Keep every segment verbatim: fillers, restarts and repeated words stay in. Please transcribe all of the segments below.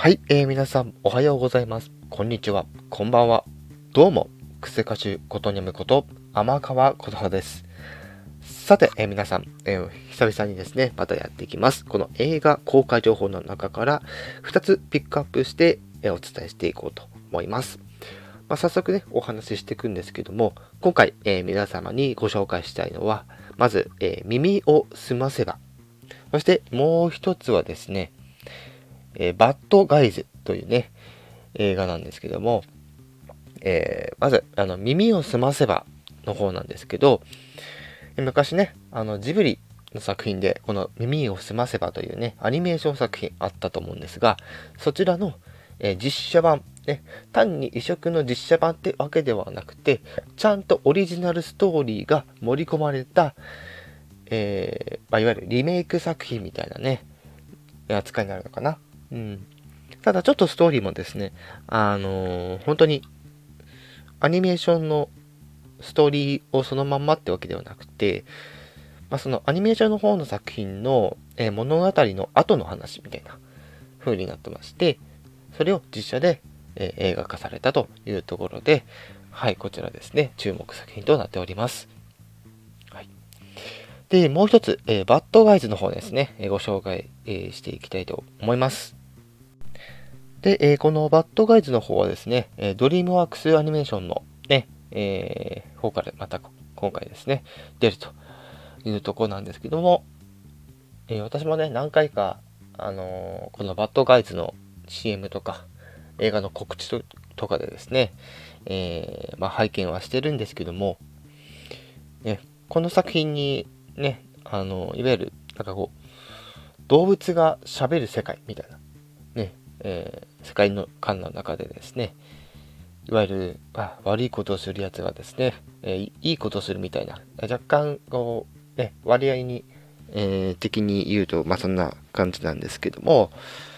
はい、えー、皆さんおはようございます。こんにちは。こんばんは。どうも、クセ歌手ことにゃむこと天川琴葉です。さて、えー、皆さん、えー、久々にですね、またやっていきます。この映画公開情報の中からふたつピックアップして、えー、お伝えしていこうと思います。まあ、早速ね、お話ししていくんですけども、今回、えー、皆様にご紹介したいのは、まず、えー、耳をすませば。そしてもう一つはですね、えー、バッドガイズというね、映画なんですけども、えー、まず、あの、耳をすませばの方なんですけど、昔ね、あの、ジブリの作品で、この耳をすませばというね、アニメーション作品あったと思うんですが、そちらの、えー、実写版、ね、単に異色の実写版ってわけではなくて、ちゃんとオリジナルストーリーが盛り込まれた、えーまあ、いわゆるリメイク作品みたいなね、扱いになるのかな。うん。ただちょっとストーリーもですね、あのー本当にアニメーションのストーリーをそのまんまってわけではなくて、まあ、そのアニメーションの方の作品の、えー物語の後の話みたいな風になってまして、それを実写で、えー映画化されたというところで、はい、こちらですね、注目作品となっております。はい。で、もう一つ、えーバッドガイズの方ですね、えーご紹介、えーしていきたいと思います。で、えーこのバッドガイズの方はですね、えードリームワークスアニメーションのね、えー方からまた今回ですね、出るというところなんですけども、えー私もね、何回か、あのーこのバッドガイズの シーエム とか、映画の告知ととかでですね、えーまあ、拝見はしてるんですけども、ね、この作品にね、あのいわゆる、なんかこう、動物が喋る世界みたいな、ね、えー世界の観の中でですね、いわゆる、あ、悪いことをするやつがですね、えーいいことをするみたいな、若干こう、ね、割合に、えー的に言うと、まあそんな感じなんですけども、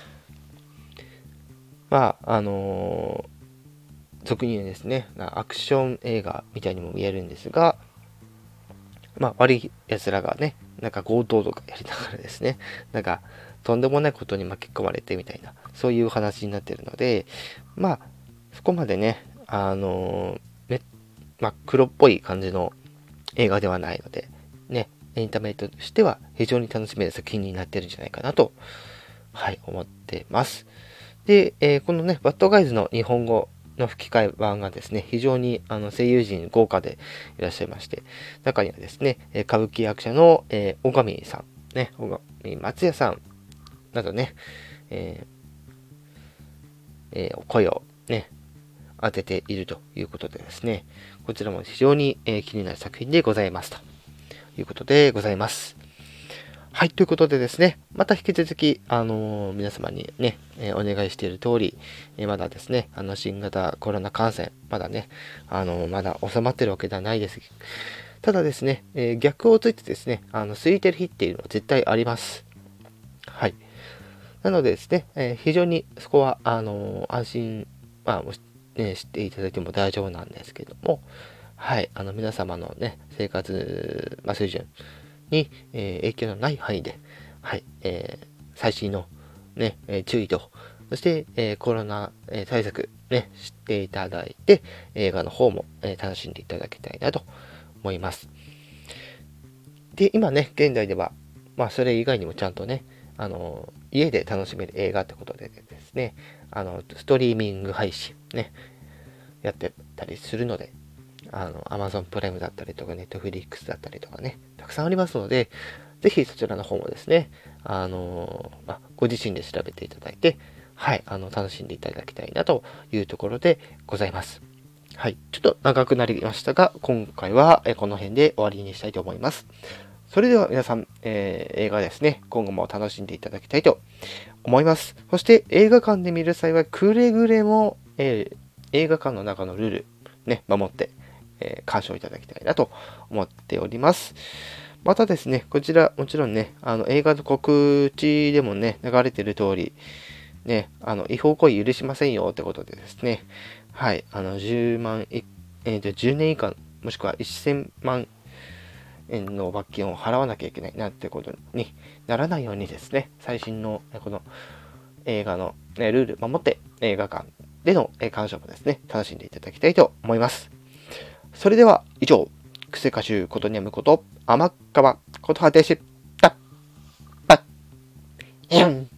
まあ、あのー俗に言うですね、アクション映画みたいにも見えるんですが、まあ悪い奴らがね、なんか強盗とかやりながらですね、なんかとんでもないことに巻き込まれてみたいな、そういう話になってるので、まあ、そこまでね、あのーね、まあ、黒っぽい感じの映画ではないので、ね、エンタメとしては非常に楽しめる作品になってるんじゃないかなと、はい、思ってます。で、えーこのね、バッドガイズの日本語の吹き替え版がですね、非常にあの声優陣豪華でいらっしゃいまして、中にはですね、えー歌舞伎役者の、えー、小上さん、ね、小上松也さんなどね、えーえー声をね、当てているということでですね、こちらも非常に、えー気になる作品でございますということでございます。はい、ということでですね、また引き続き、あのー皆様にね、えーお願いしている通り、えーまだですね、あの、新型コロナ感染、まだね、あのーまだ収まってるわけではないです。ただですね、えー逆をついてですね、あの、空いてる日っていうのは絶対あります。はい。なのでですね、えー非常にそこは、あのー安心、まあ、もしね、していただいても大丈夫なんですけども、はい、あの、皆様のね、生活、まあ、水準に、えー影響のない範囲で、はい、えー最新のね、えー注意と、そして、えーコロナ、えー対策、ね、していただいて、映画の方も、えー楽しんでいただきたいなと思います。で、今ね、現代では、まあ、それ以外にもちゃんとね、あの、家で楽しめる映画ってことでですね、あの、ストリーミング配信、ね、やってたりするので、あの、Amazon プライムだったりとか、Netflix だったりとかね、たくさんありますので、ぜひそちらの方もですね、あの、まあ、ご自身で調べていただいて、はい、あの、楽しんでいただきたいなというところでございます。はい、ちょっと長くなりましたが、今回はこの辺で終わりにしたいと思います。それでは皆さん、えー映画ですね、今後も楽しんでいただきたいと思います。そして映画館で見る際はくれぐれも、えー映画館の中のルール、ね、守って、えー鑑賞いただきたいなと思っております。またですね、こちら、もちろんね、あの、映画の告知でもね、流れてる通り、ね、あの、違法行為許しませんよってことでですね、はい、あの、じゅうまん、えーと、じゅうねん以下、もしくはせんまん円の罰金を払わなきゃいけないなってことにならないようにですね、最新のこの映画のえルール守って映画館での鑑賞もですね、楽しんでいただきたいと思います。それでは以上、クセ歌手ことにゃむこと天川琴葉でした。バッ、うん